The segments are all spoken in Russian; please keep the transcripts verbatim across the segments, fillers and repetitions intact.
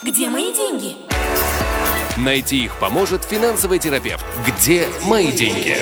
Где мои деньги? Найти их поможет финансовый терапевт. Где мои деньги?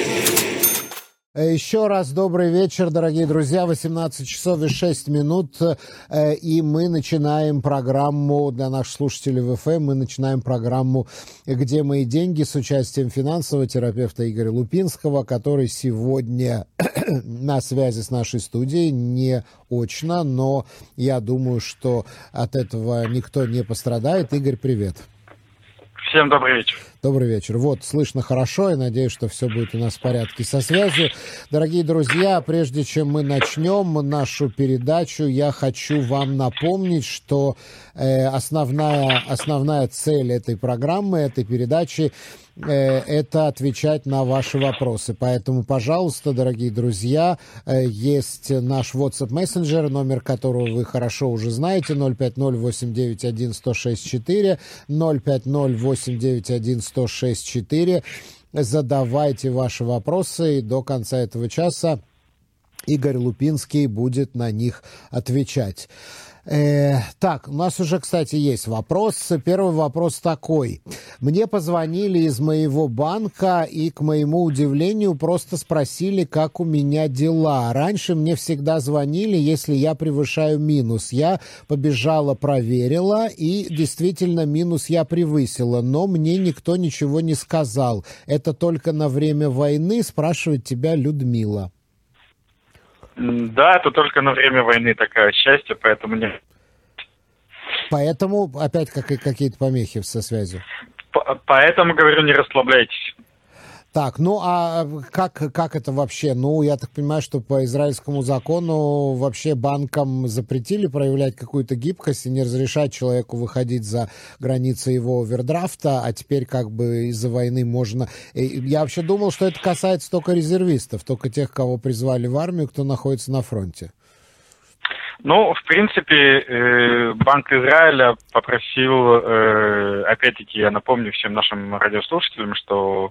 Еще раз добрый вечер, дорогие друзья. восемнадцать часов и шесть минут, и мы начинаем программу для наших слушателей в эф эм. Мы начинаем программу «Где мои деньги» с участием финансового терапевта Игоря Лупинского, который сегодня на связи с нашей студией, не очно, но я думаю, что от этого никто не пострадает. Игорь, привет. Всем добрый вечер. Добрый вечер. Вот, слышно хорошо, и надеюсь, что все будет у нас в порядке со связью. Дорогие друзья, прежде чем мы начнем нашу передачу, я хочу вам напомнить, что э, основная, основная цель этой программы, этой передачи, э, это отвечать на ваши вопросы. Поэтому, пожалуйста, дорогие друзья, э, есть наш WhatsApp Messenger, номер которого вы хорошо уже знаете, ноль пять ноль восемь девять один сто шесть четыре, ноль пять ноль восемь девять один сто шесть четыре. Задавайте ваши вопросы, и до конца этого часа Игорь Лупинский будет на них отвечать. Э, так, у нас уже, кстати, есть вопрос. Первый вопрос такой. Мне позвонили из моего банка и, к моему удивлению, просто спросили, как у меня дела. Раньше мне всегда звонили, если я превышаю минус. Я побежала, проверила, и действительно минус я превысила, но мне никто ничего не сказал. Это только на время войны, спрашивает тебя Людмила. Да, это только на время войны такое счастье, поэтому не... Поэтому опять как, какие-то помехи со связью. По- поэтому, говорю, не расслабляйтесь. Так, ну а как, как это вообще? Ну, я так понимаю, что по израильскому закону вообще банкам запретили проявлять какую-то гибкость и не разрешать человеку выходить за границы его овердрафта, а теперь как бы из-за войны можно... Я вообще думал, что это касается только резервистов, только тех, кого призвали в армию, кто находится на фронте. Ну, в принципе, Банк Израиля попросил, опять-таки, я напомню всем нашим радиослушателям, что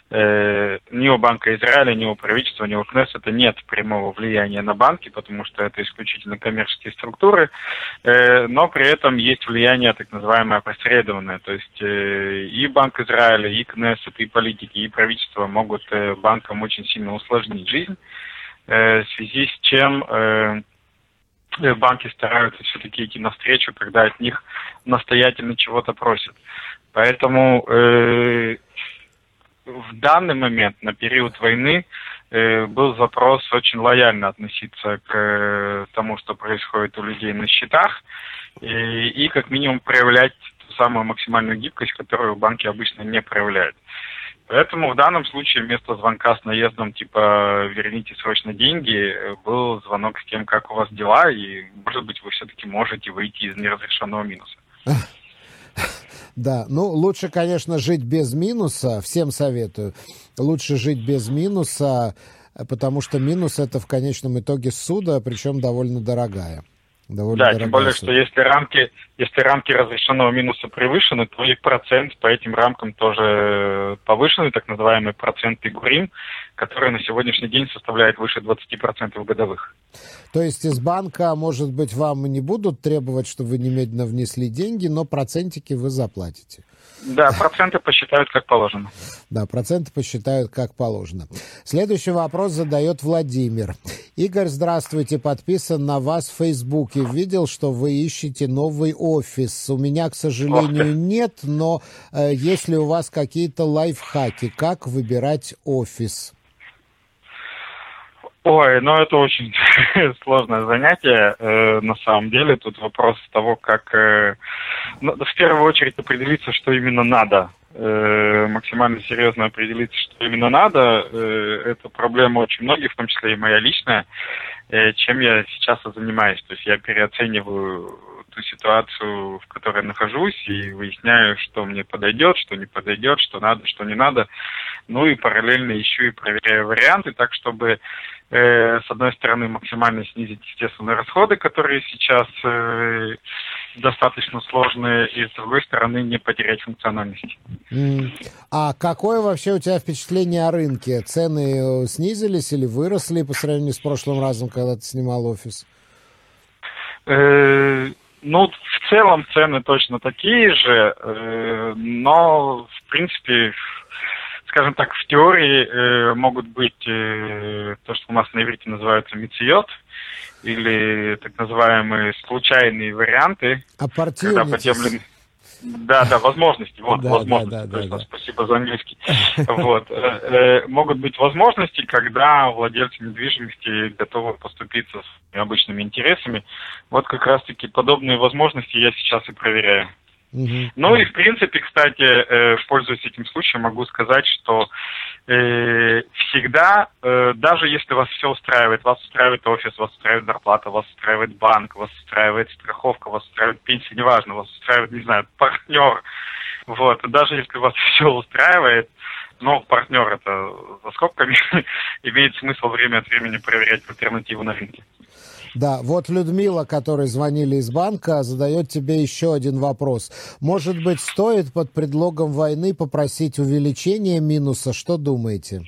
ни у Банка Израиля, ни у правительства, ни у Кнессета нет прямого влияния на банки, потому что это исключительно коммерческие структуры, но при этом есть влияние так называемое опосредованное, то есть и Банк Израиля, и Кнессет, и политики, и правительство могут банкам очень сильно усложнить жизнь, в связи с чем... банки стараются все-таки идти навстречу, когда от них настоятельно чего-то просят. Поэтому э, в данный момент, на период войны, э, был запрос очень лояльно относиться к э, тому, что происходит у людей на счетах, и, и как минимум проявлять ту самую максимальную гибкость, которую банки обычно не проявляют. Поэтому в данном случае вместо звонка с наездом типа «верните срочно деньги» был звонок с тем, как у вас дела, и, может быть, вы все-таки можете выйти из неразрешенного минуса. Да, ну, лучше, конечно, жить без минуса, всем советую. Лучше жить без минуса, потому что минус – это в конечном итоге ссуда, причем довольно дорогая. Довольно да, тем более, что если рамки, если рамки разрешенного минуса превышены, то и процент по этим рамкам тоже повышенный, так называемый процент пигурим, который на сегодняшний день составляет выше двадцать процентов годовых. То есть из банка, может быть, вам не будут требовать, чтобы вы немедленно внесли деньги, но процентики вы заплатите. Да, проценты посчитают как положено. Да, проценты посчитают как положено. Следующий вопрос задает Владимир. Игорь, здравствуйте, подписан на вас в Фейсбуке. Видел, что вы ищете новый офис. У меня, к сожалению, нет, но э, есть ли у вас какие-то лайфхаки, как выбирать офис? Ой, ну это очень сложное занятие, э, на самом деле. Тут вопрос того, как э, ну, в первую очередь определиться, что именно надо. Э, максимально серьезно определиться, что именно надо. Э, это проблема очень многих, в том числе и моя личная, э, чем я сейчас и занимаюсь. То есть я переоцениваю ту ситуацию, в которой я нахожусь, и выясняю, что мне подойдет, что не подойдет, что надо, что не надо. Ну и параллельно ищу и проверяю варианты, так чтобы э, с одной стороны максимально снизить, естественно, расходы, которые сейчас э, достаточно сложные, и с другой стороны не потерять функциональность. Mm. А какое вообще у тебя впечатление о рынке? Цены снизились или выросли по сравнению с прошлым разом, когда ты снимал офис? Э, ну, в целом цены точно такие же, э, но, в принципе, скажем так, в теории э, могут быть э, то, что у нас на иврите называется мициот, или так называемые случайные варианты, когда подъемлены... Да, да, возможности, вот, да, возможности, да, да, точно, да, да. Спасибо за английский. Вот, могут быть возможности, когда владельцы недвижимости готовы поступиться с обычными интересами. Вот как раз-таки подобные возможности я сейчас и проверяю. Uh-huh. Ну и в принципе, кстати, э, пользуясь этим случаем, могу сказать, что э, всегда, э, даже если вас все устраивает, вас устраивает офис, вас устраивает зарплата, вас устраивает банк, вас устраивает страховка, вас устраивает пенсия, неважно, вас устраивает, не знаю, партнер, вот, даже если вас все устраивает, но партнер это за скобками, имеет смысл время от времени проверять альтернативу на рынке. Да, вот Людмила, которой звонили из банка, задает тебе еще один вопрос. Может быть, стоит под предлогом войны попросить увеличения минуса? Что думаете?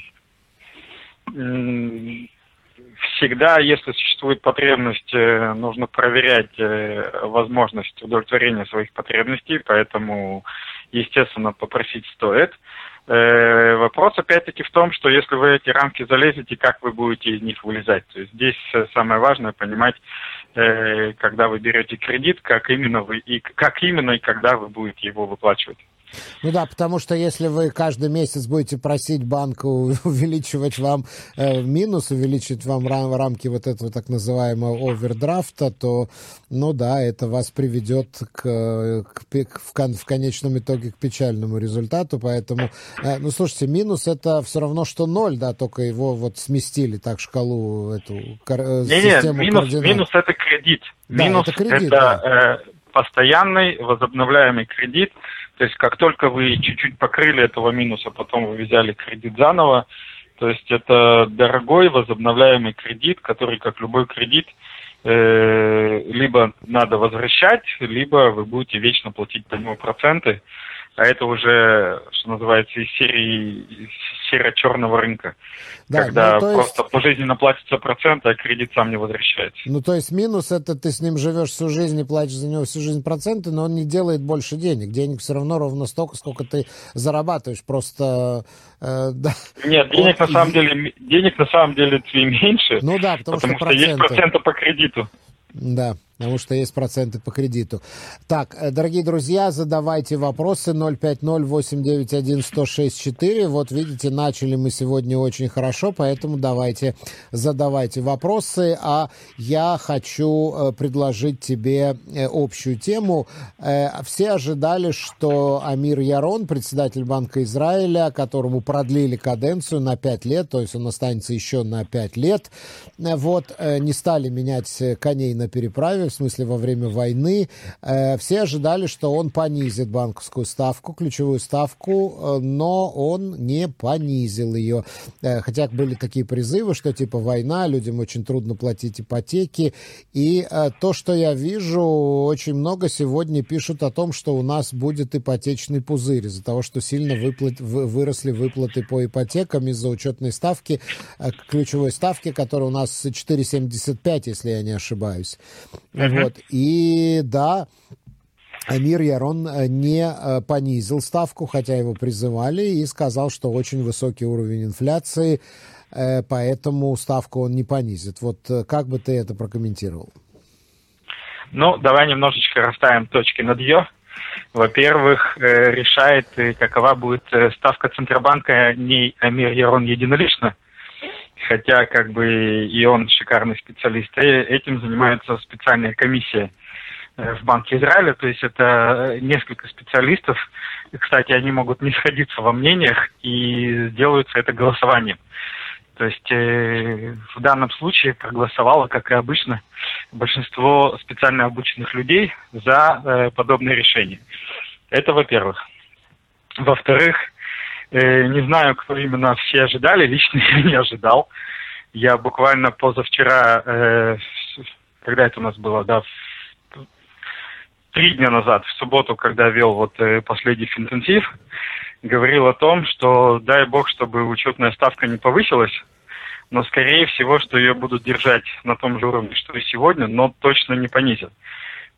Всегда, если существует потребность, нужно проверять возможность удовлетворения своих потребностей, поэтому, естественно, попросить стоит. Вопрос, опять-таки, в том, что если вы эти рамки залезете, как вы будете из них вылезать. То есть здесь самое важное понимать, когда вы берете кредит, как именно вы и как именно и когда вы будете его выплачивать. Ну да, потому что если вы каждый месяц будете просить банка увеличивать вам э, минус, увеличить вам рам, рамки вот этого так называемого овердрафта, то, ну да, это вас приведет к, к, в, кон, в конечном итоге к печальному результату, поэтому, э, ну слушайте, минус это все равно, что ноль, да, только его вот сместили так шкалу, эту э, систему не, минус, координат. Минус это кредит. Да, минус это кредит, это да. э, постоянный возобновляемый кредит. То есть как только вы чуть-чуть покрыли этого минуса, потом вы взяли кредит заново, то есть это дорогой возобновляемый кредит, который, как любой кредит, э, либо надо возвращать, либо вы будете вечно платить по нему проценты, а это уже, что называется, из серии серо-черного рынка, да, когда ну, просто есть... пожизненно платятся проценты, а кредит сам не возвращается. Ну, то есть минус — это ты с ним живешь всю жизнь и платишь за него всю жизнь проценты, но он не делает больше денег. Денег все равно ровно столько, сколько ты зарабатываешь. Просто... Э, да. Нет, денег, он... на самом деле, денег на самом деле меньше, ну, да, потому, потому что, что есть проценты по кредиту. Да, потому что есть проценты по кредиту. Так, дорогие друзья, задавайте вопросы ноль пять ноль восемь девять один сто шесть четыре. Вот видите, начали мы сегодня очень хорошо, поэтому давайте задавайте вопросы. А я хочу предложить тебе общую тему. Все ожидали, что Амир Ярон, председатель Банка Израиля, которому продлили каденцию на пять лет, то есть он останется еще на пять лет, вот, не стали менять коней на переправе, в смысле во время войны. Э, все ожидали, что он понизит банковскую ставку, ключевую ставку, э, но он не понизил ее. Э, хотя были такие призывы, что типа война, людям очень трудно платить ипотеки. И э, то, что я вижу, очень много сегодня пишут о том, что у нас будет ипотечный пузырь из-за того, что сильно выплат, вы, выросли выплаты по ипотекам из-за учетной ставки, э, ключевой ставки, которая у нас четыре целых семьдесят пять, если я не ошибаюсь. Uh-huh. Вот. И да, Амир Ярон не понизил ставку, хотя его призывали, и сказал, что очень высокий уровень инфляции, поэтому ставку он не понизит. Вот как бы ты это прокомментировал? Ну, давай немножечко расставим точки над «ё». Во-первых, решает, какова будет ставка Центробанка, не Амир Ярон единолично, хотя как бы и он шикарный специалист. И этим занимается специальная комиссия в Банке Израиля, то есть это несколько специалистов. И, кстати, они могут не сходиться во мнениях, и делается это голосованием. То есть э, в данном случае проголосовало, как и обычно, большинство специально обученных людей за э, подобное решение. Это во-первых. Во-вторых, не знаю, кто именно все ожидали, лично я не ожидал. Я буквально позавчера, э, когда это у нас было, да, три дня назад, в субботу, когда вел вот э, последний финтенсив, говорил о том, что дай бог, чтобы учетная ставка не повысилась, но скорее всего, что ее будут держать на том же уровне, что и сегодня, но точно не понизят.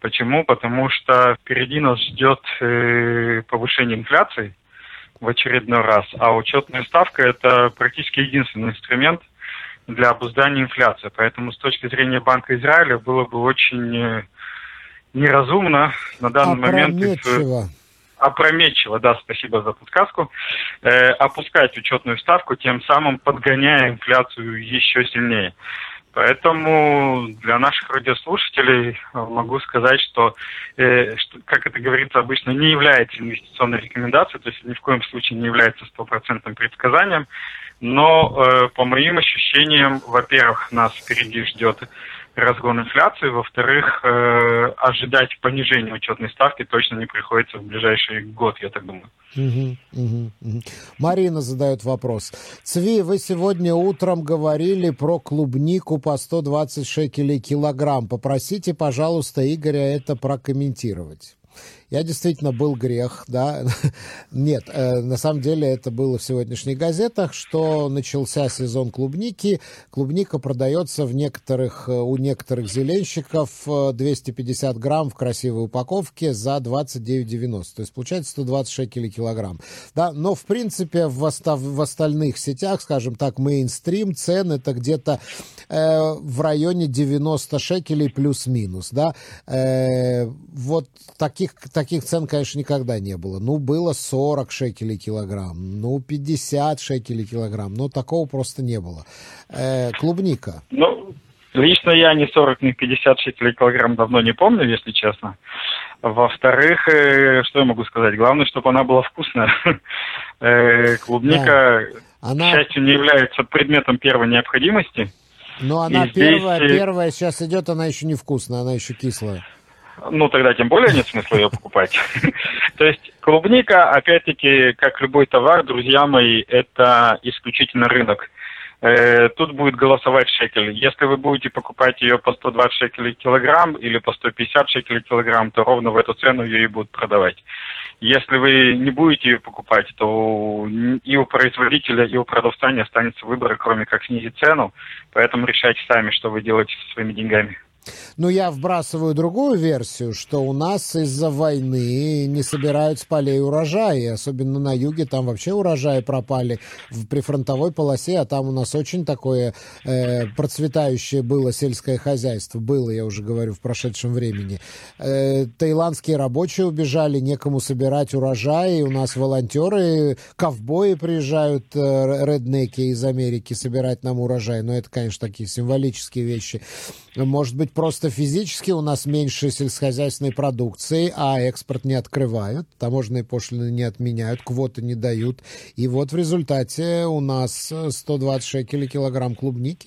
Почему? Потому что впереди нас ждет э, повышение инфляции в очередной раз, а учетная ставка – это практически единственный инструмент для обуздания инфляции. Поэтому с точки зрения Банка Израиля было бы очень э, неразумно на данный момент... Опрометчиво. Опрометчиво, да, спасибо за подсказку, э, опускать учетную ставку, тем самым подгоняя инфляцию еще сильнее. Поэтому для наших радиослушателей могу сказать, что, э, что, как это говорится обычно, не является инвестиционной рекомендацией, то есть ни в коем случае не является стопроцентным предсказанием, но э, по моим ощущениям, во-первых, нас впереди ждет разгон инфляции, во-вторых, э, ожидать понижения учетной ставки точно не приходится в ближайший год, я так думаю. Угу, угу, угу. Марина задает вопрос. Цви, вы сегодня утром говорили про клубнику по сто двадцать шекелей килограмм. Попросите, пожалуйста, Игоря это прокомментировать. Я действительно был грех, да. Нет, э, на самом деле это было в сегодняшних газетах, что начался сезон клубники. Клубника продается в некоторых, у некоторых зеленщиков двести пятьдесят грамм в красивой упаковке за двадцать девять девяносто. То есть получается сто двадцать шекелей килограмм. Да, но в принципе в, остав, в остальных сетях, скажем так, мейнстрим цен это где-то э, в районе девяносто шекелей плюс-минус. Да. Э, вот таких Таких цен, конечно, никогда не было. Ну, было сорок шекелей килограмм, ну, пятьдесят шекелей килограмм, но такого просто не было. Э, клубника. Ну, лично я ни сорок, ни пятьдесят шекелей килограмм давно не помню, если честно. Во-вторых, э, что я могу сказать? Главное, чтобы она была вкусная. э, клубника, да. Она... к счастью, не является предметом первой необходимости. Но она первая, здесь... первая сейчас идет, она еще не вкусная, она еще кислая. Ну, тогда тем более нет смысла ее покупать. То есть клубника, опять-таки, как любой товар, друзья мои, это исключительно рынок. Тут будет голосовать шекель. Если вы будете покупать ее по сто двадцать шекелей килограмм или по сто пятьдесят шекелей килограмм, то ровно в эту цену ее и будут продавать. Если вы не будете ее покупать, то и у производителя, и у продавца не останется выбора, кроме как снизить цену. Поэтому решайте сами, что вы делаете со своими деньгами. Ну, я вбрасываю другую версию, что у нас из-за войны не собирают с полей урожаи, особенно на юге, там вообще урожаи пропали в прифронтовой полосе, а там у нас очень такое э, процветающее было сельское хозяйство, было, я уже говорю, в прошедшем времени. Э, таиландские рабочие убежали, некому собирать урожай, у нас волонтеры, ковбои приезжают, э, реднеки из Америки собирать нам урожай, но это, конечно, такие символические вещи. Может быть, просто физически у нас меньше сельскохозяйственной продукции, а экспорт не открывают, таможенные пошлины не отменяют, квоты не дают. И вот в результате у нас сто двадцать шекелей килограмм клубники.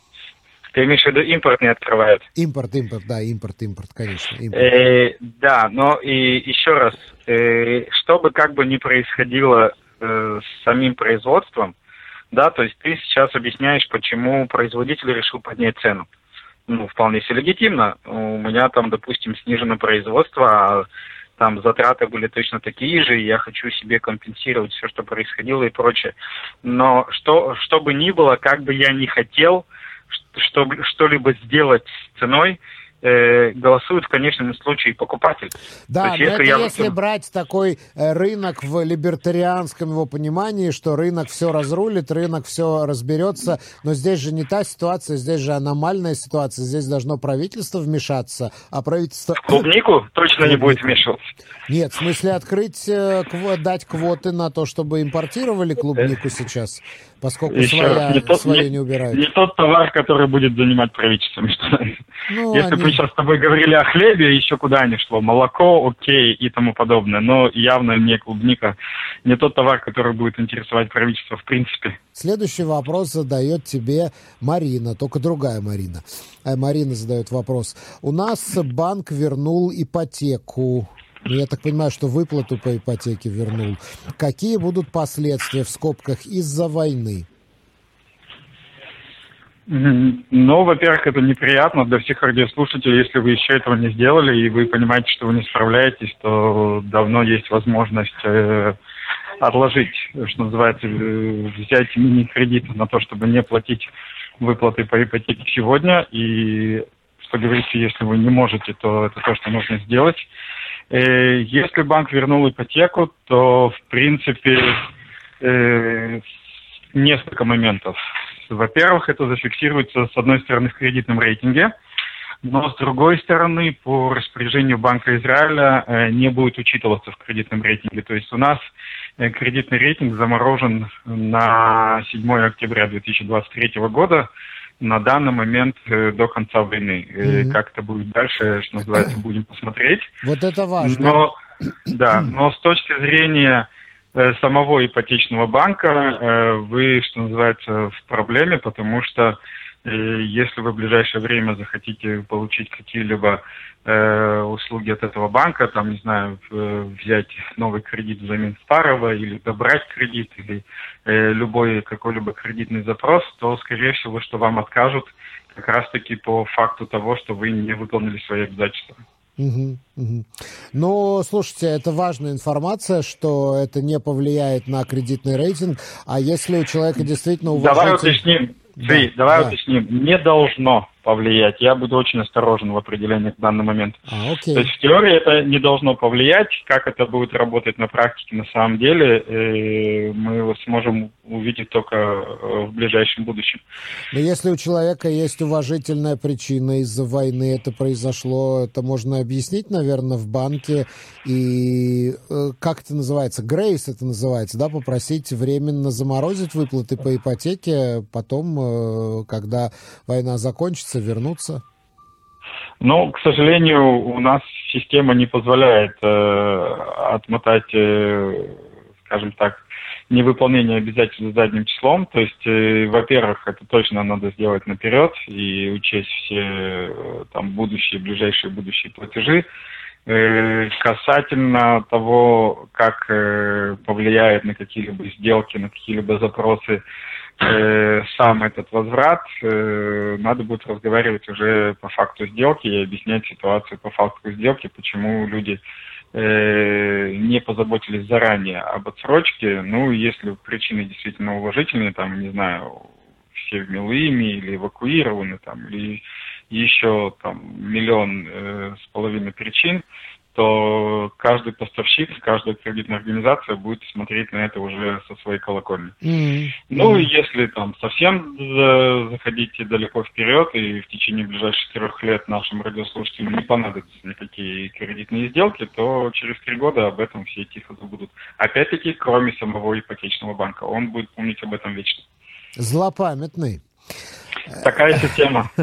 Ты имеешь в виду, импорт не открывают? Импорт, импорт, да, импорт, импорт, конечно. Импорт. Э, да, но и еще раз, э, что бы как бы ни происходило э, с самим производством, да, то есть ты сейчас объясняешь, почему производитель решил поднять цену. Ну, вполне себе легитимно. У меня там, допустим, снижено производство, а там затраты были точно такие же, и я хочу себе компенсировать все, что происходило и прочее. Но что, что бы ни было, как бы я ни хотел чтобы, что-либо сделать с ценой, э, голосует в конечном случае покупатель. Да, есть, но это я... если брать такой э, рынок в либертарианском его понимании, что рынок все разрулит, рынок все разберется, но здесь же не та ситуация, здесь же аномальная ситуация, здесь должно правительство вмешаться, а правительство... В клубнику точно не будет вмешиваться. Нет, в смысле открыть, э, кво, дать квоты на то, чтобы импортировали клубнику сейчас, поскольку своя, не тот, свою не, не убирают. Не тот товар, который будет занимать правительство. Ну, Если они... бы мы сейчас с тобой говорили о хлебе, еще куда ни шло, молоко, окей и тому подобное, но явно не клубника, не тот товар, который будет интересовать правительство в принципе. Следующий вопрос задает тебе Марина, только другая Марина. Марина задает вопрос. У нас банк вернул ипотеку. Я так понимаю, что выплату по ипотеке вернул. Какие будут последствия в скобках из-за войны? Ну, во-первых, это неприятно для всех радиослушателей. Если вы еще этого не сделали, и вы понимаете, что вы не справляетесь, то давно есть возможность э, отложить, что называется, взять мини-кредит на то, чтобы не платить выплаты по ипотеке сегодня. И поговорите, если вы не можете, то это то, что нужно сделать. Если банк вернул ипотеку, то, в принципе, несколько моментов. Во-первых, это зафиксируется, с одной стороны, в кредитном рейтинге, но, с другой стороны, по распоряжению Банка Израиля не будет учитываться в кредитном рейтинге. То есть у нас кредитный рейтинг заморожен на седьмое октября две тысячи двадцать третьего года, на данный момент до конца войны. Mm-hmm. Как это будет дальше, что называется, будем посмотреть. Вот это важно. Но, да, но с точки зрения самого ипотечного банка вы, что называется, в проблеме, потому что если вы в ближайшее время захотите получить какие-либо э, услуги от этого банка, там, не знаю, взять новый кредит взамен старого, или добрать кредит, или э, любой какой-либо кредитный запрос, то, скорее всего, что вам откажут как раз-таки по факту того, что вы не выполнили свои обязательства. Угу, угу. Ну, слушайте, это важная информация, что это не повлияет на кредитный рейтинг, а если у человека действительно уважительный... Давай уточним. Да, Ты, давай да. уточним, не должно повлиять. Я буду очень осторожен в определении в данный момент. А, окей. То есть в теории это не должно повлиять. Как это будет работать на практике на самом деле, мы сможем увидеть только в ближайшем будущем. Но если у человека есть уважительная причина из-за войны, это произошло, это можно объяснить, наверное, в банке. И как это называется? Грейс это называется, да? Попросить временно заморозить выплаты по ипотеке, потом, когда война закончится, вернуться? Ну, к сожалению, у нас система не позволяет э, отмотать, э, скажем так, невыполнение обязательств задним числом. То есть, э, во-первых, это точно надо сделать наперед и учесть все э, там будущие, ближайшие будущие платежи. Э, касательно того, как э, повлияет на какие-либо сделки, на какие-либо запросы э, сам этот возврат, э, надо будет разговаривать уже по факту сделки и объяснять ситуацию по факту сделки, почему люди э, не позаботились заранее об отсрочке. Ну, если причины действительно уважительные, там, не знаю, все в Милуиме или эвакуированы, там, или еще там миллион э, с половиной причин, то каждый поставщик, каждая кредитная организация будет смотреть на это уже со своей колокольни. Mm-hmm. Ну, и если там совсем заходите далеко вперед, и в течение ближайших трех лет нашим радиослушателям не понадобятся никакие кредитные сделки, то через три года об этом все тихо забудут. Опять-таки, кроме самого ипотечного банка. Он будет помнить об этом вечно. Злопамятный. Такая система.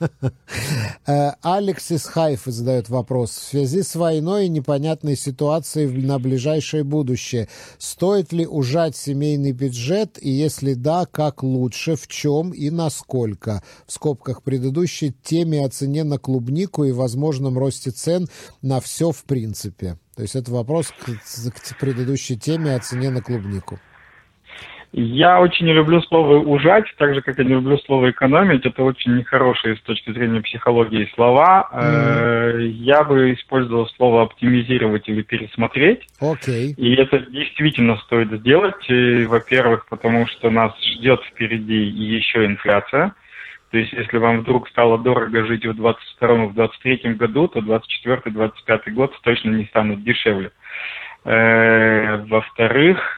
Алекс из Хайфы задает вопрос. В связи с войной и непонятной ситуацией на ближайшее будущее, стоит ли ужать семейный бюджет, и если да, как лучше, в чем и насколько? В скобках предыдущей теме о цене на клубнику и возможном росте цен на все в принципе. То есть это вопрос к, к предыдущей теме о цене на клубнику. Я очень не люблю слово «ужать», так же, как я не люблю слово «экономить». Это очень нехорошие с точки зрения психологии слова. Mm. Я бы использовал слово «оптимизировать» или «пересмотреть». Okay. И это действительно стоит сделать. И, во-первых, потому что нас ждет впереди еще инфляция. То есть, если вам вдруг стало дорого жить в двадцать втором и в двадцать третьем году, то двадцать четвёртый - двадцать пятый год точно не станут дешевле. Во-вторых,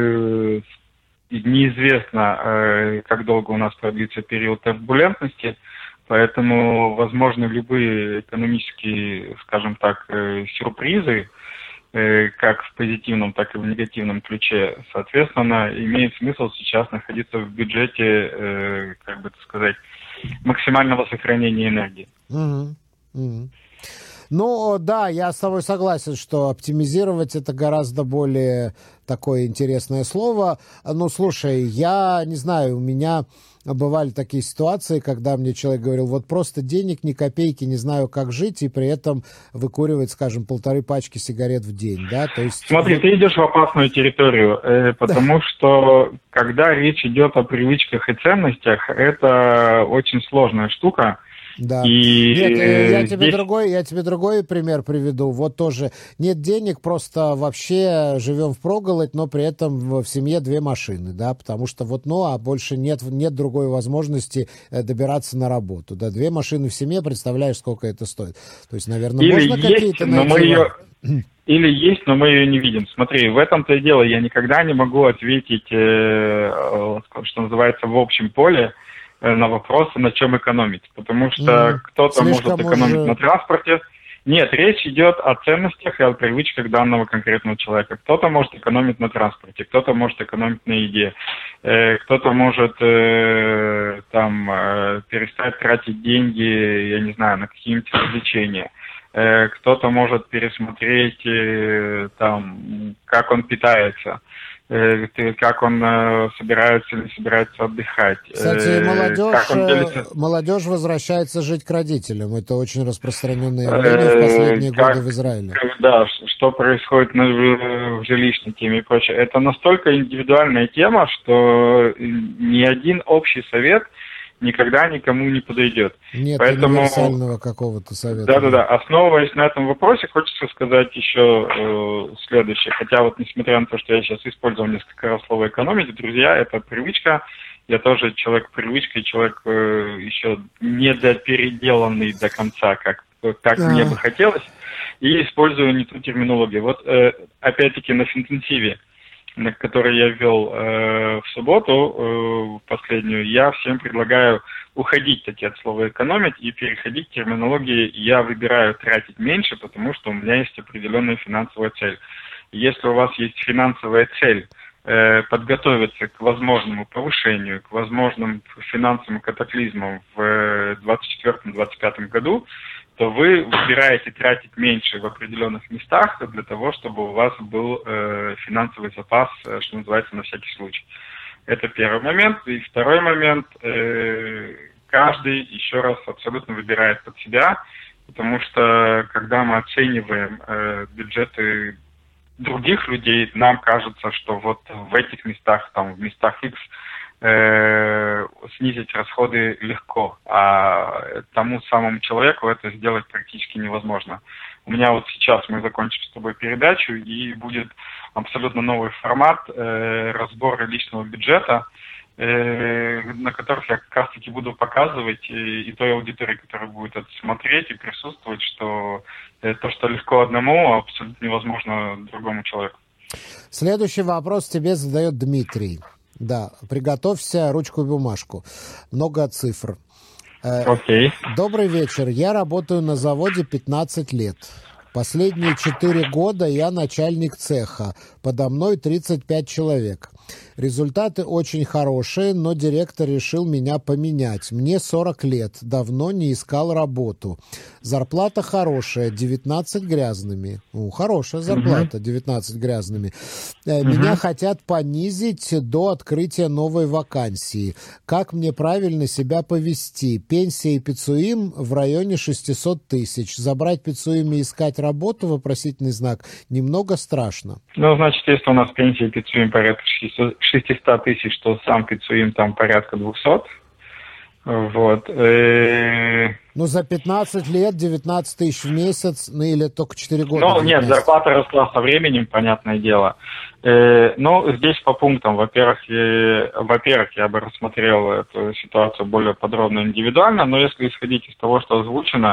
неизвестно, как долго у нас продлится период турбулентности, поэтому возможны любые экономические, скажем так, сюрпризы, как в позитивном, так и в негативном ключе. Соответственно, имеет смысл сейчас находиться в бюджете, как бы так сказать, максимального сохранения энергии. Mm-hmm. Mm-hmm. Ну, да, я с тобой согласен, что оптимизировать это гораздо более такое интересное слово. Ну, слушай, я не знаю, у меня бывали такие ситуации, когда мне человек говорил, вот просто денег ни копейки, не знаю, как жить, и при этом выкуривать, скажем, полторы пачки сигарет в день, да? То есть... Смотри, вот... ты идешь в опасную территорию, э, потому что, когда речь идет о привычках и ценностях, это очень сложная штука. Да. И Нет, я тебе, здесь... другой, я тебе другой пример приведу. Вот тоже нет денег, просто вообще живем впроголодь, но при этом в семье две машины, да, потому что вот, ну, а больше нет, нет другой возможности добираться на работу. Да, две машины в семье, представляешь, сколько это стоит. То есть, наверное, Или можно есть, какие-то но найти... мы ее... Или есть, но мы ее не видим. Смотри, в этом-то и дело. Я никогда не могу ответить, э, что называется, в общем поле э, на вопросы, на чем экономить. Потому что mm, кто-то может экономить уже... на транспорте. Нет, речь идет о ценностях и о привычках данного конкретного человека. Кто-то может экономить на транспорте, кто-то может экономить на еде, э, кто-то может э, там э, перестать тратить деньги, я не знаю, на какие-нибудь развлечения. Кто-то может пересмотреть там, как он питается, как он собирается или собирается отдыхать. Кстати, молодежь, молодежь возвращается жить к родителям. Это очень распространенное явление в последние как, годы в Израиле. Да, что происходит в жилищной теме и прочее. Это настолько индивидуальная тема, что ни один общий совет никогда никому не подойдет. Нет Поэтому... универсального какого-то совета. Да-да-да. Основываясь на этом вопросе, хочется сказать еще э, следующее. Хотя вот несмотря на то, что я сейчас использовал несколько раз слово «экономить», друзья, это привычка. Я тоже человек привычка, человек э, еще не допеределанный до конца, как, как а. мне бы хотелось, и использую не ту терминологию. Вот э, опять-таки на финтенсиве, на который я ввел э, в субботу, э, последнюю, я всем предлагаю уходить таки от слова «экономить» и переходить к терминологии «я выбираю тратить меньше, потому что у меня есть определенная финансовая цель». Если у вас есть финансовая цель э, подготовиться к возможному повышению, к возможным финансовым катаклизмам в двадцать четвёртом — двадцать пятом году, то вы выбираете тратить меньше в определенных местах для того, чтобы у вас был э, финансовый запас, э, что называется, на всякий случай. Это первый момент. И второй момент, э, каждый еще раз абсолютно выбирает под себя, потому что когда мы оцениваем э, бюджеты других людей, нам кажется, что вот в этих местах, там, в местах X, Э, снизить расходы легко, а тому самому человеку это сделать практически невозможно. У меня вот сейчас мы закончим с тобой передачу, и будет абсолютно новый формат э, разбора личного бюджета, э, на которых я как раз-таки буду показывать и, и той аудитории, которая будет это смотреть и присутствовать, что э, то, что легко одному, абсолютно невозможно другому человеку. Следующий вопрос тебе задает Дмитрий. Да, приготовься ручку и бумажку. Много цифр. Окей. Okay. Добрый вечер. Я работаю на заводе пятнадцать лет. Последние четыре года я начальник цеха. Подо мной тридцать пять человек. Результаты очень хорошие, но директор решил меня поменять. Мне сорок лет, давно не искал работу. Зарплата хорошая, девятнадцать грязными. Ну, хорошая зарплата, uh-huh. девятнадцать грязными. Uh-huh. Меня хотят понизить до открытия новой вакансии. Как мне правильно себя повести? Пенсия и пицуим в районе шестьсот тысяч. Забрать пицуим и искать работу, вопросительный знак, немного страшно. Ну, значит, если у нас пенсия и пицуим порядка шестьсот тысяч, то сам пицуим там порядка двухсот. Вот. Ну, за пятнадцать лет девятнадцать тысяч в месяц, ну, или только четыре года? Ну, нет, зарплата росла со временем, понятное дело. Ну, здесь по пунктам. Во-первых, во-первых, я бы рассмотрел эту ситуацию более подробно, индивидуально, но если исходить из того, что озвучено,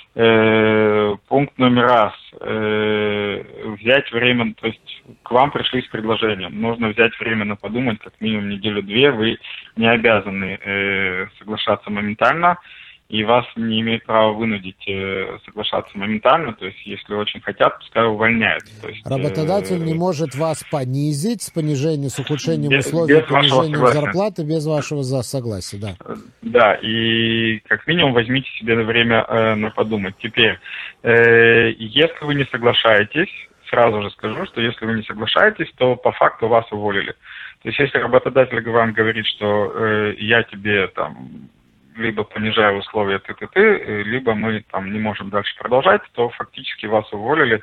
Э, пункт номер раз. Э, взять время, то есть к вам пришли с предложением. Нужно взять время на подумать, как минимум неделю-две. Вы не обязаны э, соглашаться моментально, и вас не имеет права вынудить э, соглашаться моментально. То есть, если очень хотят, пускай увольняют. То есть, работодатель э, не может вас понизить с понижением, с ухудшением без, условий, без понижением зарплаты без вашего согласия, да. Да, и как минимум возьмите себе время э, на подумать. Теперь, э, если вы не соглашаетесь, сразу же скажу, что если вы не соглашаетесь, то по факту вас уволили. То есть, если работодатель вам говорит, что э, я тебе там либо понижаю условия ты-ты-ты, либо мы там не можем дальше продолжать, то фактически вас уволили,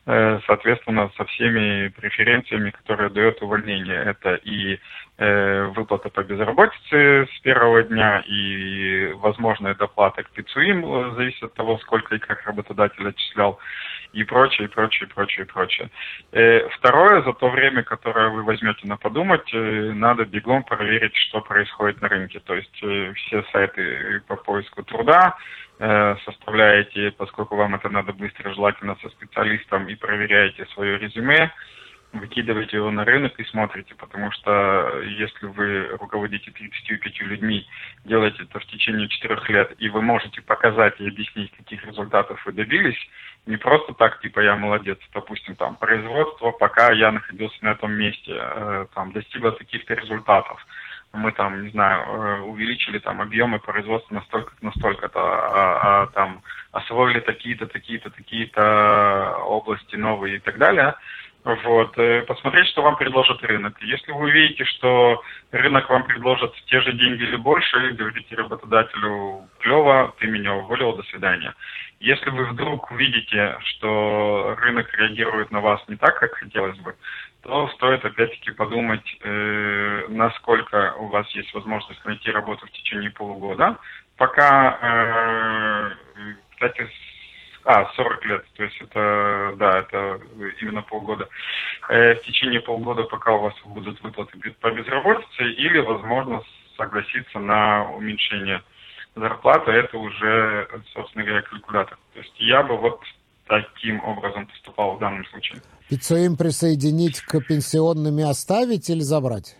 соответственно, со всеми преференциями, которые дает увольнение. Это и выплата по безработице с первого дня, и возможная доплата к ПИЦУИМ, зависит от того, сколько и как работодатель отчислял, и прочее, и прочее, и прочее, и прочее. Второе, за то время, которое вы возьмете на подумать, надо бегом проверить, что происходит на рынке. То есть все сайты по поиску труда составляете, поскольку вам это надо быстро, желательно со специалистом, и проверяете свое резюме, выкидываете его на рынок и смотрите, потому что если вы руководите тридцатью пятью людьми, делаете это в течение четырех лет, и вы можете показать и объяснить, каких результатов вы добились, не просто так, типа, я молодец, допустим, там, производство, пока я находился на этом месте, э, там, достигло таких-то результатов. Мы там, не знаю, увеличили там объемы производства настолько-то, настолько-то, а, а там освоили такие-то, такие-то, такие-то области новые и так далее. Вот, посмотреть, что вам предложит рынок. Если вы увидите, что рынок вам предложит те же деньги или больше, говорите работодателю: клево, ты меня уволил, до свидания. Если вы вдруг увидите, что рынок реагирует на вас не так, как хотелось бы, то стоит опять-таки подумать, э, насколько у вас есть возможность найти работу в течение полугода. Пока, э, кстати, А, сорок лет, то есть это, да, это именно полгода. Э, в течение полгода, пока у вас будут выплаты по безработице, или, возможно, согласиться на уменьшение зарплаты, это уже, собственно говоря, калькулятор. То есть я бы вот таким образом поступал в данном случае. ПИЦУИМ присоединить к пенсионным и оставить или забрать?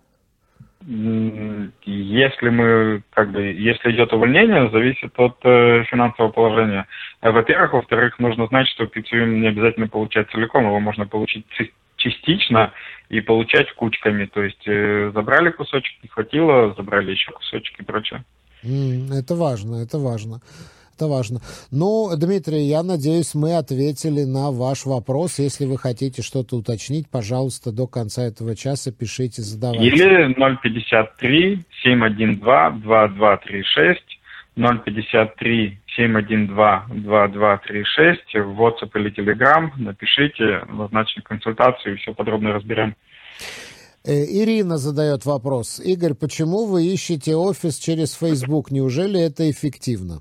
Если мы, как бы, если идет увольнение, зависит от э, финансового положения. Во-первых, во-вторых, нужно знать, что ПИЦУИМ не обязательно получать целиком, его можно получить частично и получать кучками. То есть э, забрали кусочек, не хватило, забрали еще кусочек и прочее. Mm, это важно, это важно. Это важно. Ну, Дмитрий, я надеюсь, мы ответили на ваш вопрос. Если вы хотите что-то уточнить, пожалуйста, до конца этого часа пишите, задавайте. Или ноль пятьдесят три семь один два два два три шесть, ноль пятьдесят три семь один два два два три шесть, в WhatsApp или Telegram, напишите, назначим консультацию и все подробно разберем. Ирина задает вопрос. Игорь, почему вы ищете офис через Facebook? Неужели это эффективно?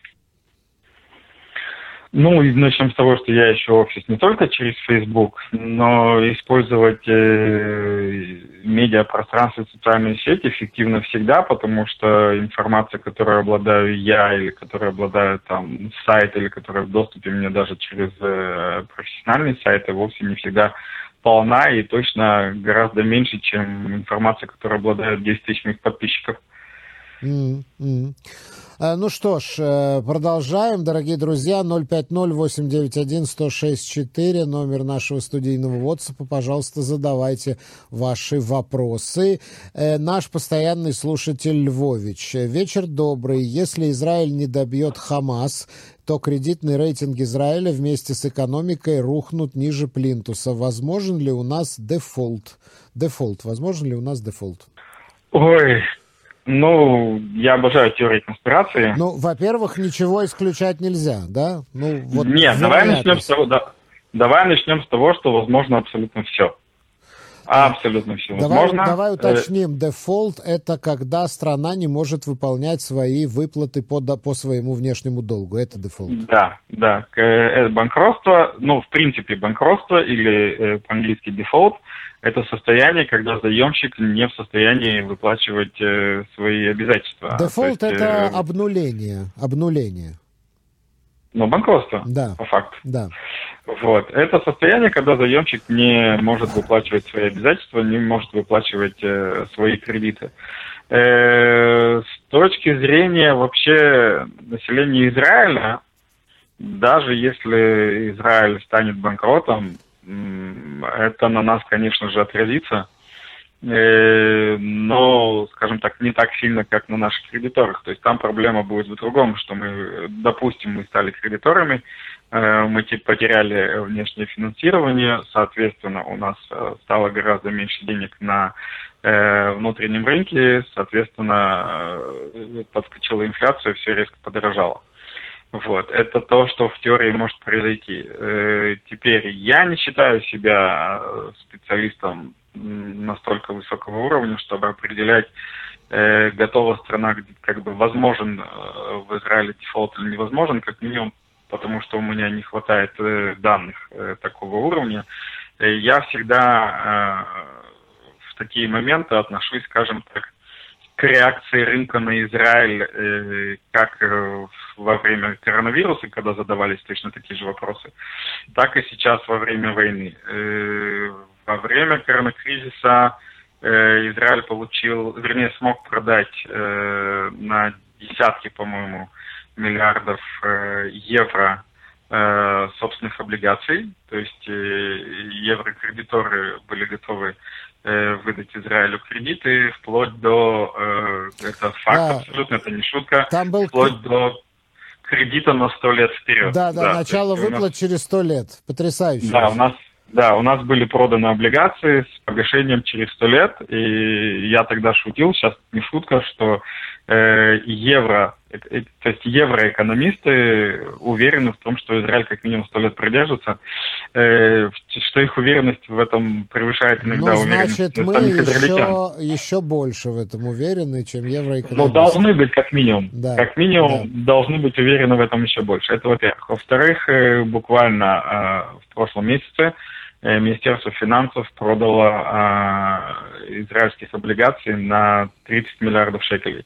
Ну, и начнем с того, что я ищу офис не только через Facebook, но использовать э, медиапространство и социальные сети эффективно всегда, потому что информация, которой обладаю я, или которой обладаю там сайт, или которая в доступе мне даже через э, профессиональные сайты, вовсе не всегда полна и точно гораздо меньше, чем информация, которой обладают десять тысяч моих подписчиков. Mm-hmm. Ну что ж, продолжаем, дорогие друзья. ноль пять ноль восемь девять один сто шесть четыре, номер нашего студийного WhatsApp. Пожалуйста, задавайте ваши вопросы. Наш постоянный слушатель Львович. Вечер добрый. Если Израиль не добьет Хамас, то кредитный рейтинг Израиля вместе с экономикой рухнут ниже плинтуса. Возможен ли у нас дефолт? Дефолт. Возможен ли у нас дефолт? Ой... Ну, я обожаю теорию конспирации. Ну, во-первых, ничего исключать нельзя, да? Ну, вот Нет, давай начнем с того, да, давай начнем с того, что возможно абсолютно все. Абсолютно все давай, возможно. Давай уточним, дефолт – это когда страна не может выполнять свои выплаты по, по своему внешнему долгу. Это дефолт. Да, да. Банкротство, ну, в принципе, банкротство или по-английски дефолт – это состояние, когда заемщик не в состоянии выплачивать э, свои обязательства. Дефолт – это э, обнуление, обнуление. Ну, банкротство, да. по факту. Да. Вот. Это состояние, когда заемщик не может выплачивать свои обязательства, не может выплачивать э, свои кредиты. Э, с точки зрения вообще населения Израиля, даже если Израиль станет банкротом, это на нас, конечно же, отразится, но, скажем так, не так сильно, как на наших кредиторах. То есть там проблема будет в другом, что мы, допустим, мы стали кредиторами, мы потеряли внешнее финансирование, соответственно, у нас стало гораздо меньше денег на внутреннем рынке, соответственно, подскочила инфляция, все резко подорожало. Вот, это то, что в теории может произойти. Теперь я не считаю себя специалистом настолько высокого уровня, чтобы определять, готова страна, где как бы возможен в Израиле дефолт или невозможен, как минимум, потому что у меня не хватает данных такого уровня. Я всегда в такие моменты отношусь, скажем так, к реакции рынка на Израиль, как во время коронавируса, когда задавались точно такие же вопросы, так и сейчас во время войны. Во время коронакризиса Израиль получил, вернее, смог продать на десятки, по-моему, миллиардов евро собственных облигаций, то есть еврокредиторы были готовы выдать Израилю кредиты вплоть до, это факт да. абсолютно, это не шутка, Там был... вплоть до кредита на сто лет вперед. Да, да, да, начало выплат нас... через сто лет, потрясающе. Да, у нас Да, у нас были проданы облигации с погашением через сто лет, и я тогда шутил, сейчас не шутка, что э, евро, э, то есть евроэкономисты уверены в том, что Израиль как минимум сто лет продержится, э, что их уверенность в этом превышает иногда ну, уверенность. Значит, мы еще, еще больше в этом уверены, чем евроэкономисты. Ну, должны быть как минимум. Да, как минимум да. должны быть уверены в этом еще больше. Это во-первых. Во-вторых, э, буквально э, в прошлом месяце Министерство финансов продало э, израильских облигаций на тридцать миллиардов шекелей.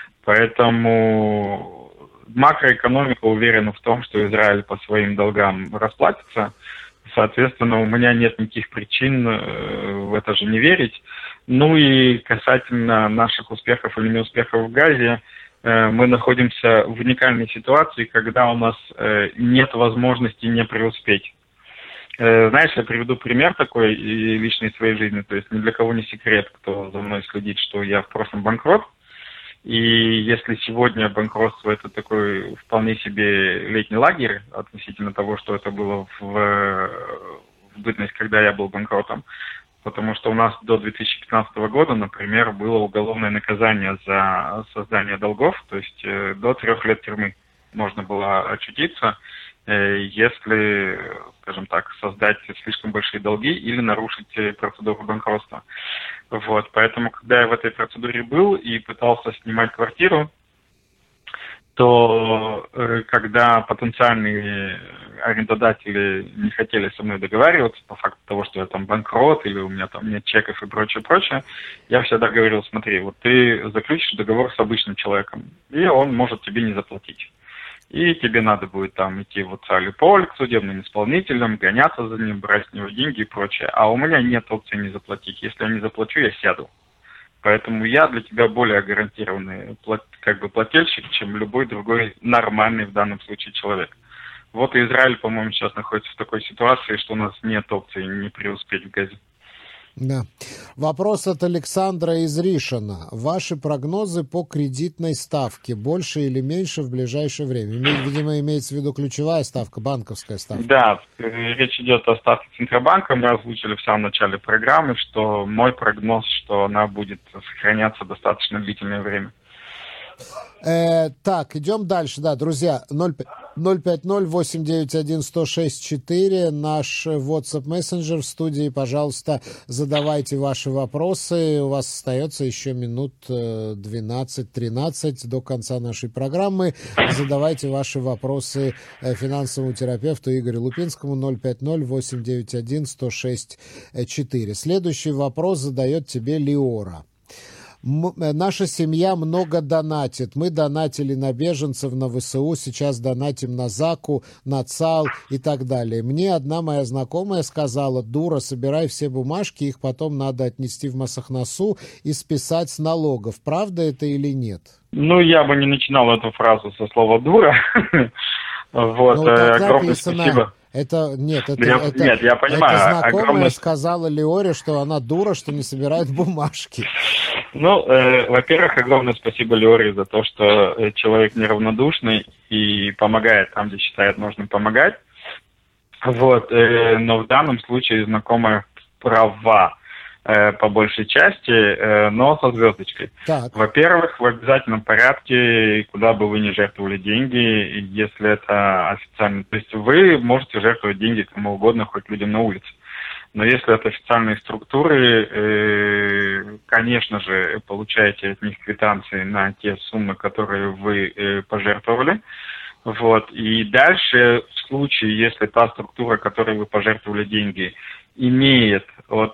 Поэтому макроэкономика уверена в том, что Израиль по своим долгам расплатится. Соответственно, у меня нет никаких причин э, в это же не верить. Ну и касательно наших успехов или неуспехов в Газе, э, мы находимся в уникальной ситуации, когда у нас э, нет возможности не преуспеть. Знаешь, я приведу пример такой личной своей жизни, то есть ни для кого не секрет, кто за мной следит, что я в прошлом банкрот, и если сегодня банкротство это такой вполне себе летний лагерь относительно того, что это было в, в бытность, когда я был банкротом, потому что у нас до две тысячи пятнадцатого года, например, было уголовное наказание за создание долгов, то есть до трех лет тюрьмы можно было очутиться, если, скажем так, создать слишком большие долги или нарушить процедуру банкротства. Вот, поэтому, когда я в этой процедуре был и пытался снимать квартиру, то когда потенциальные арендодатели не хотели со мной договариваться по факту того, что я там банкрот или у меня там нет чеков и прочее, прочее, я всегда говорил: смотри, вот ты заключишь договор с обычным человеком, и он может тебе не заплатить. И тебе надо будет там идти в Цаль-Поль к судебным исполнителям, гоняться за ним, брать с него деньги и прочее. А у меня нет опции не заплатить. Если я не заплачу, я сяду. Поэтому я для тебя более гарантированный как бы плательщик, чем любой другой нормальный в данном случае человек. Вот и Израиль, по-моему, сейчас находится в такой ситуации, что у нас нет опции не преуспеть в Газе. Да. Вопрос от Александра из Ришона. Ваши прогнозы по кредитной ставке больше или меньше в ближайшее время? Видимо, имеется в виду ключевая ставка, банковская ставка. Да, речь идет о ставке Центробанка. Мы озвучили в самом начале программы, что мой прогноз, что она будет сохраняться достаточно длительное время. Э, так, идем дальше. Да, друзья, ноль пять ноль восемь девять один сто шесть четыре, наш WhatsApp мессенджер в студии. Пожалуйста, задавайте ваши вопросы. У вас остается еще минут двенадцать-тринадцать до конца нашей программы. Задавайте ваши вопросы финансовому терапевту Игорю Лупинскому. Ноль пять ноль восемь девять один сто шесть четыре. Следующий вопрос задает тебе Леора. Наша семья много донатит. Мы донатили на беженцев, на ВСУ, сейчас донатим на ЗАКу, на ЦАЛ и так далее. Мне одна моя знакомая сказала: дура, собирай все бумажки, их потом надо отнести в Масахнасу и списать с налогов. Правда это или нет? Ну, я бы не начинал эту фразу со слова «дура». Вот, огромное спасибо. Это нет, это, я, это, нет, я понимаю. это знакомая огромное... сказала Леоре, что она дура, что не собирает бумажки. Ну, э, во-первых, огромное спасибо Леоре за то, что человек неравнодушный и помогает там, где считает нужным помогать. Вот, э, но в данном случае знакомая права. по большей части, но со звездочкой. Так. Во-первых, в обязательном порядке, куда бы вы ни жертвовали деньги, если это официально. То есть вы можете жертвовать деньги кому угодно, хоть людям на улице. Но если это официальные структуры, конечно же, получаете от них квитанции на те суммы, которые вы пожертвовали. Вот. И дальше, в случае, если та структура, которой вы пожертвовали деньги, имеет от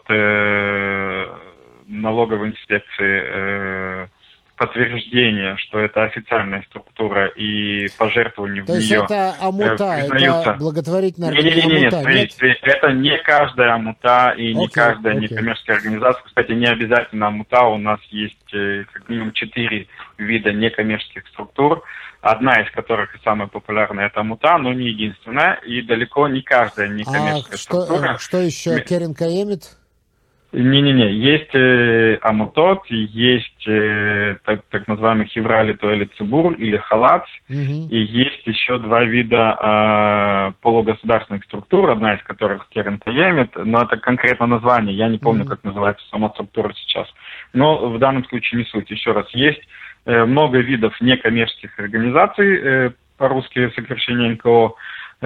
э, налоговой инспекции э, подтверждение, что это официальная структура и пожертвование в нее... То есть нее это амута, э, это благотворительная организация? Нет, нет, нет, нет, это не каждая амута и не okay, каждая okay. некоммерческая организация. Кстати, не обязательно амута, у нас есть э, как минимум четыре вида некоммерческих структур, одна из которых и самая популярная – это амута, но не единственная, и далеко не каждая некоммерческая а структура. Что, что еще? Керен Каемит? Не-не-не, есть э, амутот, есть э, так, так называемый хеврали туэлит цибур или халац, угу. И есть еще два вида э, полугосударственных структур, одна из которых Керен Каемит, но это конкретно название, я не помню, угу. как называется сама структура сейчас. Но в данном случае не суть. Еще раз, есть э, много видов некоммерческих организаций, э, по-русски сокращение эн ка о,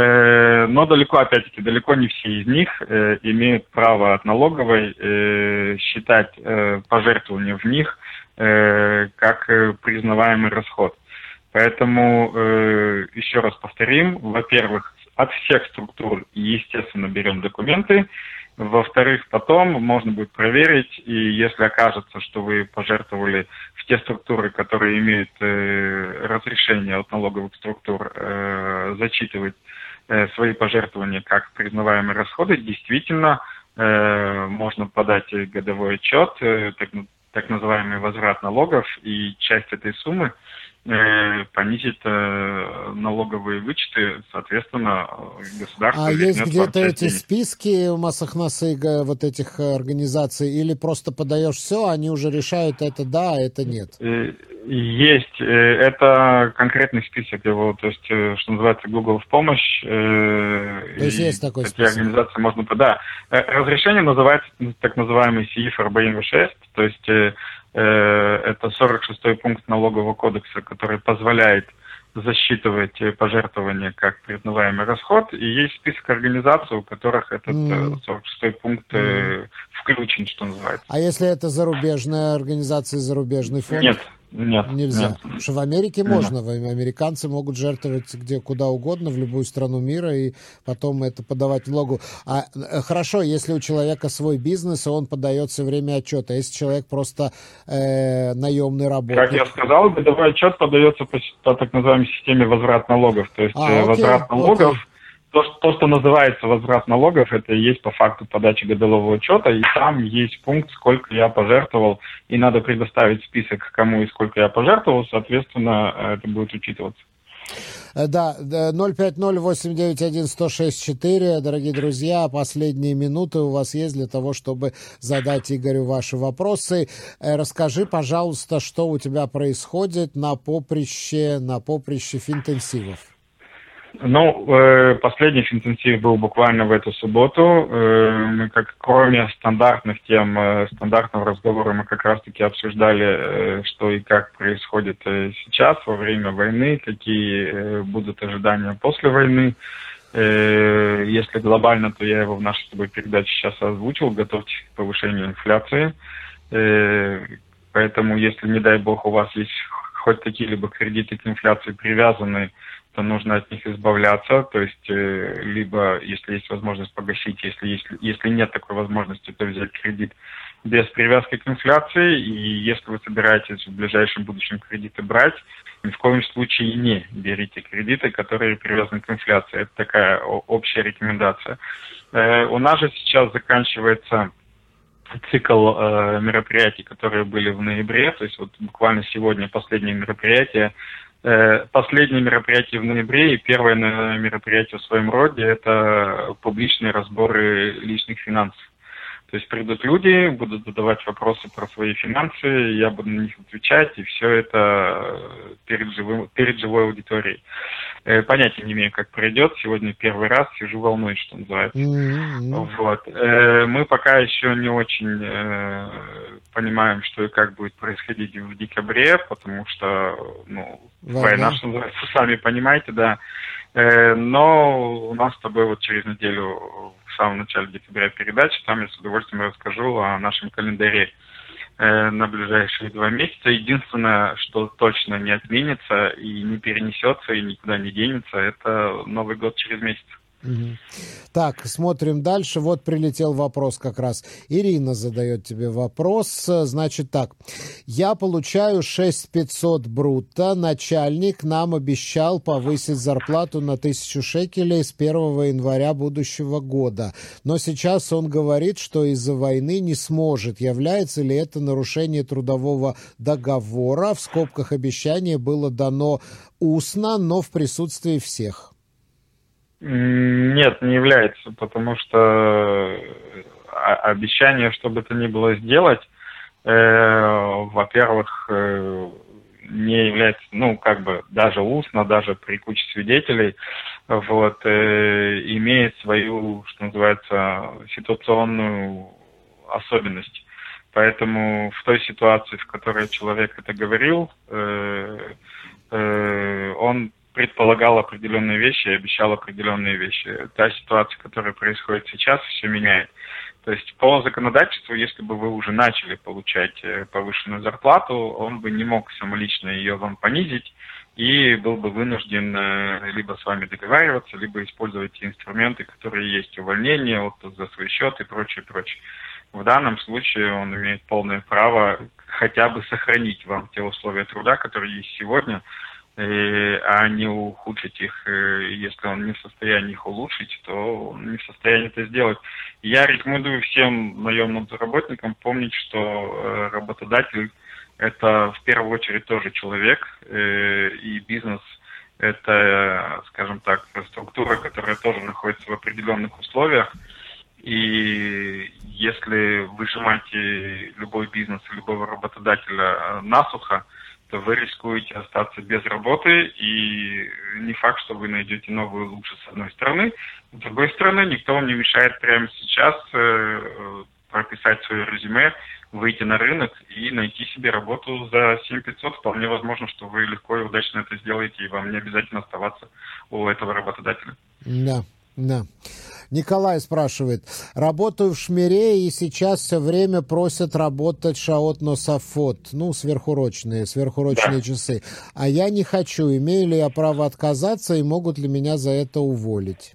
но далеко, опять-таки, далеко не все из них э, имеют право от налоговой э, считать э, пожертвования в них э, как э, признаваемый расход. Поэтому, э, еще раз повторим, во-первых, от всех структур, естественно, берем документы. Во-вторых, потом можно будет проверить, и если окажется, что вы пожертвовали в те структуры, которые имеют э, разрешение от налоговых структур э, зачитывать э, свои пожертвования как признаваемые расходы, действительно э, можно подать годовой отчет, э, так, так называемый возврат налогов, и часть этой суммы э, понизит э, налоговые вычеты, соответственно, государство... А есть где-то эти списки Масахнасы вот этих организаций, или просто подаешь все, они уже решают, это да, а это нет? Есть. Это конкретный список его, то есть, что называется, Google в помощь. То есть есть такой такие список? Организации можно... Да. Разрешение называется так называемый си и эф эр бэ эн вэ шесть, то есть это сорок шестой пункт налогового кодекса, который позволяет засчитывать пожертвования как признаваемый расход, и есть список организаций, у которых этот mm. сорок шестой пункт mm. включен, что называется. А если это зарубежная организация, зарубежный фонд? Нет, нет. Нельзя. Нет. Потому что в Америке нет. можно, американцы могут жертвовать где куда угодно, в любую страну мира, и потом это подавать в налогу. А хорошо, если у человека свой бизнес, и он подает все время отчет, а если человек просто э, наемный работник? Как я сказал, годовой отчет подается по, по так называемой системе возврат налогов. То есть а, окей, возврат налогов, окей. То, то, что называется возврат налогов, это и есть по факту подачи годового отчета, и там есть пункт, сколько я пожертвовал, и надо предоставить список, кому и сколько я пожертвовал, соответственно, это будет учитываться. Да, ноль пять ноль восемь девять один сто шесть четыре. Дорогие друзья, последние минуты у вас есть для того, чтобы задать Игорю ваши вопросы. Расскажи, пожалуйста, что у тебя происходит на поприще, на поприще финтенсивов. Ну, э, последний интенсив был буквально в эту субботу. Э, мы, как кроме стандартных тем, э, стандартного разговора, мы как раз-таки обсуждали, э, что и как происходит э, сейчас, во время войны, какие э, будут ожидания после войны. Э, если глобально, то я его в нашей с тобой передаче сейчас озвучил. Готовьтесь к повышению инфляции. Э, поэтому, если, не дай бог, у вас есть хоть какие-либо кредиты к инфляции привязаны, то нужно от них избавляться, то есть э, либо, если есть возможность, погасить, если, есть, если нет такой возможности, то взять кредит без привязки к инфляции, и если вы собираетесь в ближайшем будущем кредиты брать, ни в коем случае не берите кредиты, которые привязаны к инфляции. Это такая общая рекомендация. Э, у нас же сейчас заканчивается цикл э, мероприятий, которые были в ноябре, то есть вот буквально сегодня последнее мероприятие. Последнее мероприятие в ноябре и первое мероприятие в своем роде – это публичные разборы личных финансов. То есть придут люди, будут задавать вопросы про свои финансы, я буду на них отвечать, и все это перед, живым, перед живой аудиторией. Э, понятия не имею, как пройдет. Сегодня первый раз сижу волнуюсь, что называется. Mm-hmm. Вот. Э, мы пока еще не очень э, понимаем, что и как будет происходить в декабре, потому что, ну, война, война что называется, сами понимаете, да. Э, но у нас с тобой вот через неделю, в самом начале декабря передача, там я с удовольствием расскажу о нашем календаре на ближайшие два месяца. Единственное, что точно не отменится и не перенесется, и никуда не денется, это Новый год через месяц. Угу. Так, смотрим дальше. Вот прилетел вопрос как раз. Ирина задает тебе вопрос. Значит так. Я получаю шесть тысяч пятьсот брутто. Начальник нам обещал повысить зарплату на тысячу шекелей с первого января будущего года. Но сейчас он говорит, что из-за войны не сможет. Является ли это нарушение трудового договора? В скобках обещание было дано устно, но в присутствии всех. Нет, не является, потому что обещание, что бы то ни было сделать, э, во-первых, э, не является, ну, как бы, даже устно, даже при куче свидетелей, вот, э, имеет свою, что называется, ситуационную особенность. Поэтому в той ситуации, в которой человек это говорил, э, э, он предполагал определенные вещи и обещал определенные вещи. Та ситуация, которая происходит сейчас, все меняет. То есть по законодательству, если бы вы уже начали получать повышенную зарплату, он бы не мог самолично ее вам понизить и был бы вынужден либо с вами договариваться, либо использовать те инструменты, которые есть: увольнение, отпуск за свой счет и прочее, прочее. В данном случае он имеет полное право хотя бы сохранить вам те условия труда, которые есть сегодня, а не ухудшить их. Если он не в состоянии их улучшить, то он не в состоянии это сделать. Я рекомендую всем наемным работникам помнить, что работодатель – это в первую очередь тоже человек, и бизнес – это, скажем так, структура, которая тоже находится в определенных условиях. И если выжимаете любой бизнес и любого работодателя насухо, то вы рискуете остаться без работы, и не факт, что вы найдете новую лучше с одной стороны. С другой стороны, никто вам не мешает прямо сейчас э, прописать свое резюме, выйти на рынок и найти себе работу за семь тысяч пятьсот. Вполне возможно, что вы легко и удачно это сделаете, и вам не обязательно оставаться у этого работодателя. Да, да. Николай спрашивает. Работаю в Шмире, и сейчас все время просят работать шаот носафот, ну, сверхурочные, сверхурочные да. часы. А я не хочу. Имею ли я право отказаться, и могут ли меня за это уволить?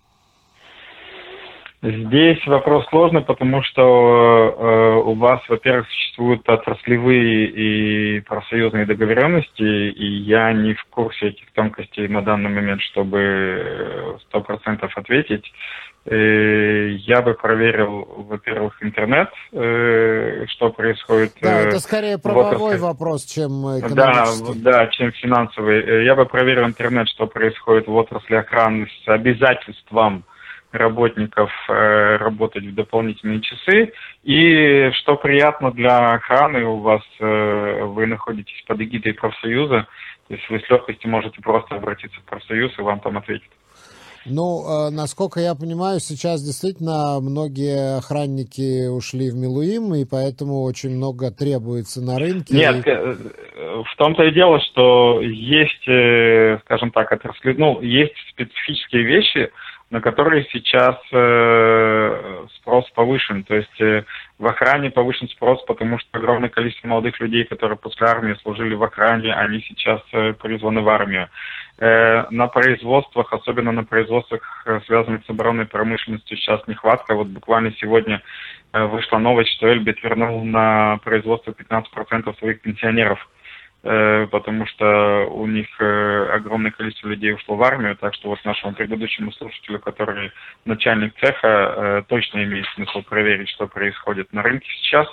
Здесь вопрос сложный, потому что э, у вас, во-первых, существуют отраслевые и профсоюзные договоренности, и я не в курсе этих тонкостей на данный момент, чтобы сто процентов ответить. Э, я бы проверил, во-первых, интернет, э, что происходит. Да, это скорее правовой вопрос, чем экономический. Да, да, чем финансовый. Я бы проверил интернет, что происходит в отрасли охраны с обязательством работников э, работать в дополнительные часы. И что приятно для охраны, у вас э, вы находитесь под эгидой профсоюза, то есть вы с легкостью можете просто обратиться в профсоюз, и вам там ответят. Ну, э, насколько я понимаю, сейчас действительно многие охранники ушли в Милуим, и поэтому очень много требуется на рынке. Нет, и... в том-то и дело, что есть, э, скажем так, отрасли, ну, есть специфические вещи, на которые сейчас э, спрос повышен. То есть э, в охране повышен спрос, потому что огромное количество молодых людей, которые после армии служили в охране, они сейчас э, призваны в армию. Э, на производствах, особенно на производствах, э, связанных с оборонной промышленностью, сейчас нехватка. Вот буквально сегодня э, вышла новость, что Эльбит вернул на производство пятнадцать процентов своих пенсионеров, потому что у них огромное количество людей ушло в армию, так что вот нашему предыдущему слушателю, который начальник цеха, точно имеет смысл проверить, что происходит на рынке сейчас.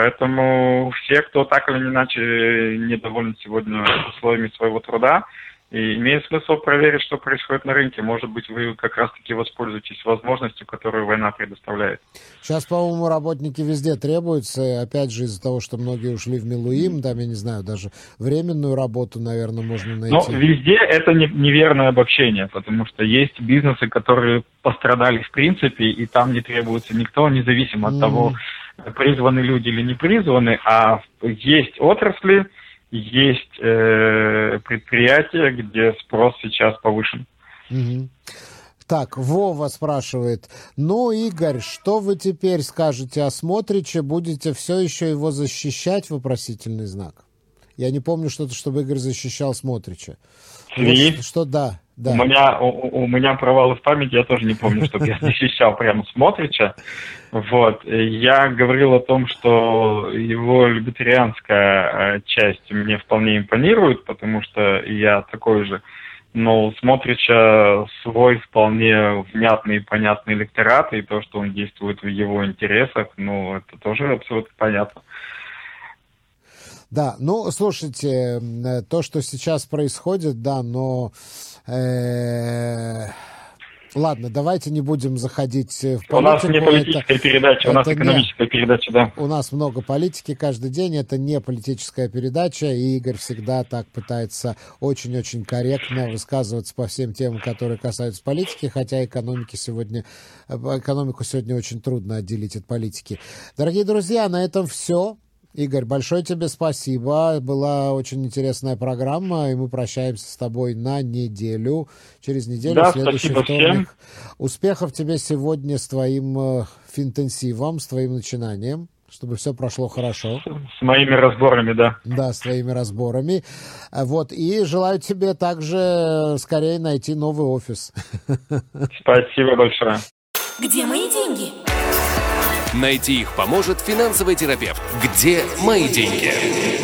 Поэтому все, кто так или иначе недоволен сегодня условиями своего труда, И имеет смысл проверить, что происходит на рынке. Может быть, вы как раз-таки воспользуетесь возможностью, которую война предоставляет. Сейчас, по-моему, работники везде требуются. Опять же, из-за того, что многие ушли в Милуим, там, я не знаю, даже временную работу, наверное, можно найти. Но везде это не, неверное обобщение, потому что есть бизнесы, которые пострадали в принципе, и там не требуется никто, независимо от mm. того, призваны люди или не призваны, а есть отрасли, есть э, предприятия, где спрос сейчас повышен. Mm-hmm. Так, Вова спрашивает, ну, Игорь, что вы теперь скажете о Смотриче? Будете все еще его защищать? Вопросительный знак. Я не помню что-то, чтобы Игорь защищал Смотрича. Вот, что, что да, да. У меня, у, у меня провалы в памяти, я тоже не помню, чтобы я защищал прямо Смотрича. Вот. Я говорил о том, что его либертарианская часть мне вполне импонирует, потому что я такой же. Но у Смотрича свой вполне внятный и понятный электорат, и то, что он действует в его интересах, ну, это тоже абсолютно понятно. Да, ну, слушайте, то, что сейчас происходит, да, но... Э, ладно, давайте не будем заходить в политику. У нас не политическая это, передача, у нас экономическая не, передача, да. У нас много политики каждый день, это не политическая передача, и Игорь всегда так пытается очень-очень корректно высказываться по всем темам, которые касаются политики, хотя экономики сегодня, экономику сегодня очень трудно отделить от политики. Дорогие друзья, на этом все. Игорь, большое тебе спасибо. Была очень интересная программа, и мы прощаемся с тобой на неделю. Через неделю, да, в следующий вторник. Всем. Успехов тебе сегодня с твоим э, финтенсивом, с твоим начинанием, чтобы все прошло хорошо. С, с моими разборами, да. Да, с твоими разборами. Вот, и желаю тебе также скорее найти новый офис. Спасибо большое. Где мои деньги? Найти их поможет финансовый терапевт. Где мои деньги?